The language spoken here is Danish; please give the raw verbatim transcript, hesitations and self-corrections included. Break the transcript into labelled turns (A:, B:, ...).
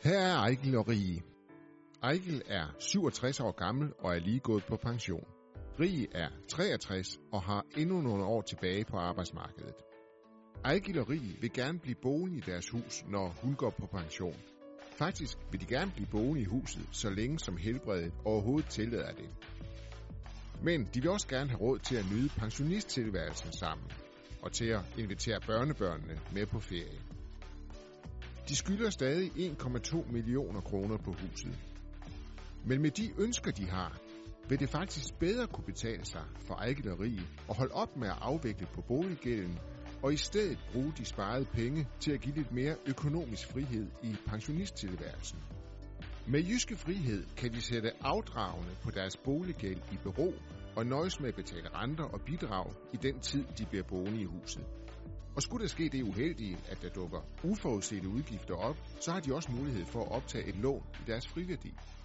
A: Her er Ejgil og Rie. Ejgil er syvogtres år gammel og er lige gået på pension. Rie er treogtres og har endnu nogle år tilbage på arbejdsmarkedet. Ejgil og Rie vil gerne blive boende i deres hus, når hun går på pension. Faktisk vil de gerne blive boende i huset, så længe som helbredet overhovedet tillader det. Men de vil også gerne have råd til at nyde pensionisttilværelsen sammen, og til at invitere børnebørnene med på ferie. De skylder stadig en komma to millioner kroner på huset. Men med de ønsker, de har, vil det faktisk bedre kunne betale sig for Ejgil og Rie at holde op med at afvikle på boliggælden, og i stedet bruge de sparede penge til at give lidt mere økonomisk frihed i pensionisttilværelsen. Med Jyske Frihed kan de sætte afdragene på deres boliggæld i bero og nøjes med at betale renter og bidrag i den tid, de bliver boende i huset. Og skulle der ske det uheldige, at der dukker uforudsete udgifter op, så har de også mulighed for at optage et lån i deres friværdi.